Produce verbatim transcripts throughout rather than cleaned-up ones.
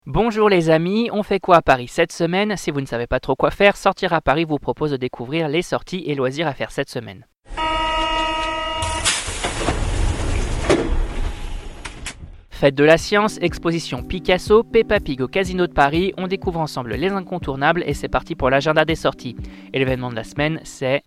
Bonjour les amis, on fait quoi à Paris cette semaine? Si vous ne savez pas trop quoi faire, Sortir à Paris vous propose de découvrir les sorties et loisirs à faire cette semaine. Fête de la science, exposition Picasso, Peppa Pig au Casino de Paris, on découvre ensemble les incontournables et c'est parti pour l'agenda des sorties. Et l'événement de la semaine, c'est...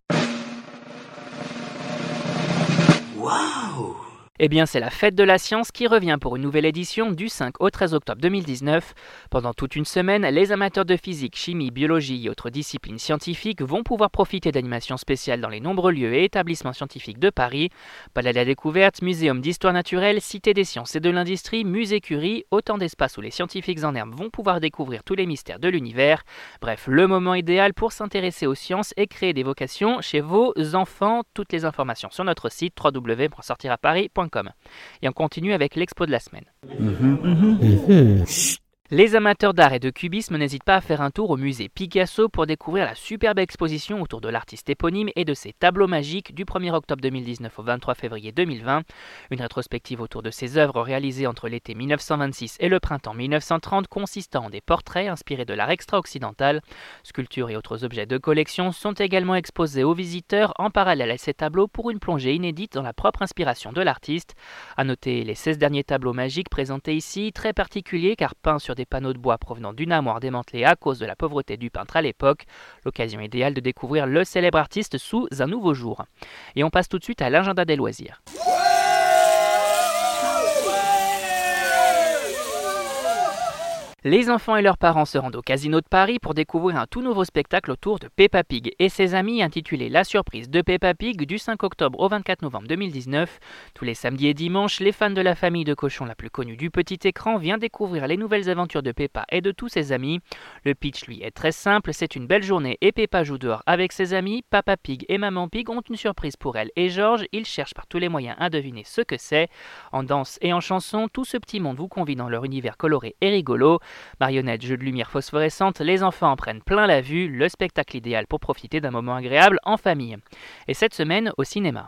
Waouh! Eh bien, c'est la Fête de la Science qui revient pour une nouvelle édition du cinq au treize octobre deux mille dix-neuf. Pendant toute une semaine, les amateurs de physique, chimie, biologie et autres disciplines scientifiques vont pouvoir profiter d'animations spéciales dans les nombreux lieux et établissements scientifiques de Paris. Palais de la Découverte, Muséum d'Histoire Naturelle, Cité des Sciences et de l'Industrie, Musée Curie, autant d'espaces où les scientifiques en herbe vont pouvoir découvrir tous les mystères de l'univers. Bref, le moment idéal pour s'intéresser aux sciences et créer des vocations chez vos enfants. Toutes les informations sur notre site w w w point sortir à paris point com. Et on continue avec l'expo de la semaine. Mmh, mmh, mmh. Les amateurs d'art et de cubisme n'hésitent pas à faire un tour au musée Picasso pour découvrir la superbe exposition autour de l'artiste éponyme et de ses tableaux magiques du premier octobre deux mille dix-neuf au vingt-trois février deux mille vingt. Une rétrospective autour de ses œuvres réalisées entre l'été mille neuf cent vingt-six et le printemps mille neuf cent trente consistant en des portraits inspirés de l'art extra-occidental. Sculptures et autres objets de collection sont également exposés aux visiteurs en parallèle à ces tableaux pour une plongée inédite dans la propre inspiration de l'artiste. À noter les seize derniers tableaux magiques présentés ici, très particuliers car peints sur des panneaux de bois provenant d'une armoire démantelée à cause de la pauvreté du peintre à l'époque. L'occasion idéale de découvrir le célèbre artiste sous un nouveau jour. Et on passe tout de suite à l'agenda des loisirs. Les enfants et leurs parents se rendent au Casino de Paris pour découvrir un tout nouveau spectacle autour de Peppa Pig et ses amis intitulé La surprise de Peppa Pig du cinq octobre au vingt-quatre novembre deux mille dix-neuf. Tous les samedis et dimanches, les fans de la famille de cochons la plus connue du petit écran viennent découvrir les nouvelles aventures de Peppa et de tous ses amis. Le pitch lui est très simple, c'est une belle journée et Peppa joue dehors avec ses amis. Papa Pig et Maman Pig ont une surprise pour elle et George, ils cherchent par tous les moyens à deviner ce que c'est. En danse et en chanson, tout ce petit monde vous convie dans leur univers coloré et rigolo. Marionnettes, jeux de lumière phosphorescentes, les enfants en prennent plein la vue, le spectacle idéal pour profiter d'un moment agréable en famille. Et cette semaine au cinéma.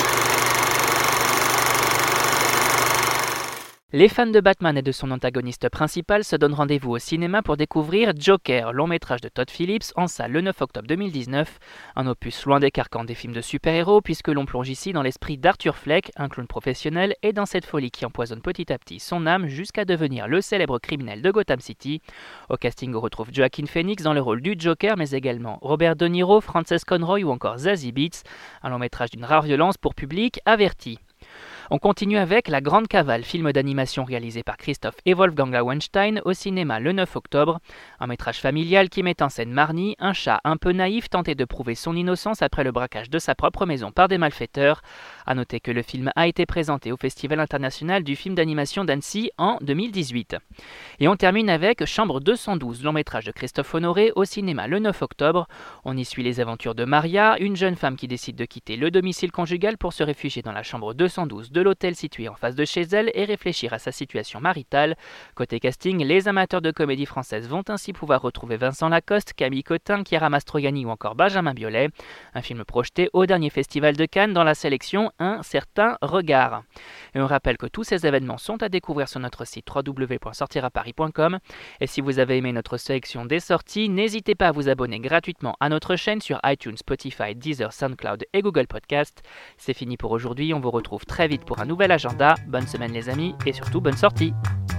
Les fans de Batman et de son antagoniste principal se donnent rendez-vous au cinéma pour découvrir Joker, long métrage de Todd Phillips, en salle le neuf octobre deux mille dix-neuf. Un opus loin des carcans des films de super-héros, puisque l'on plonge ici dans l'esprit d'Arthur Fleck, un clown professionnel, et dans cette folie qui empoisonne petit à petit son âme jusqu'à devenir le célèbre criminel de Gotham City. Au casting, on retrouve Joaquin Phoenix dans le rôle du Joker, mais également Robert De Niro, Frances Conroy ou encore Zazie Beetz. Un long métrage d'une rare violence pour public averti. On continue avec La Grande Cavale, film d'animation réalisé par Christophe et Wolfgang Lauenstein au cinéma le neuf octobre. Un métrage familial qui met en scène Marnie, un chat un peu naïf tenté de prouver son innocence après le braquage de sa propre maison par des malfaiteurs. A noter que le film a été présenté au Festival international du film d'animation d'Annecy en deux mille dix-huit. Et on termine avec Chambre deux cent douze, long métrage de Christophe Honoré au cinéma le neuf octobre. On y suit les aventures de Maria, une jeune femme qui décide de quitter le domicile conjugal pour se réfugier dans la chambre deux cent douze de l'hôtel situé en face de chez elle et réfléchir à sa situation maritale. Côté casting, les amateurs de comédie française vont ainsi pouvoir retrouver Vincent Lacoste, Camille Cotin, Chiara Mastroianni ou encore Benjamin Biolay. Un film projeté au dernier festival de Cannes dans la sélection Un certain regard. Et on rappelle que tous ces événements sont à découvrir sur notre site w w w point sortir à paris point com. Et si vous avez aimé notre sélection des sorties, n'hésitez pas à vous abonner gratuitement à notre chaîne sur iTunes, Spotify, Deezer, SoundCloud et Google Podcast. C'est fini pour aujourd'hui, on vous retrouve très vite pour un nouvel agenda. Bonne semaine les amis et surtout bonne sortie.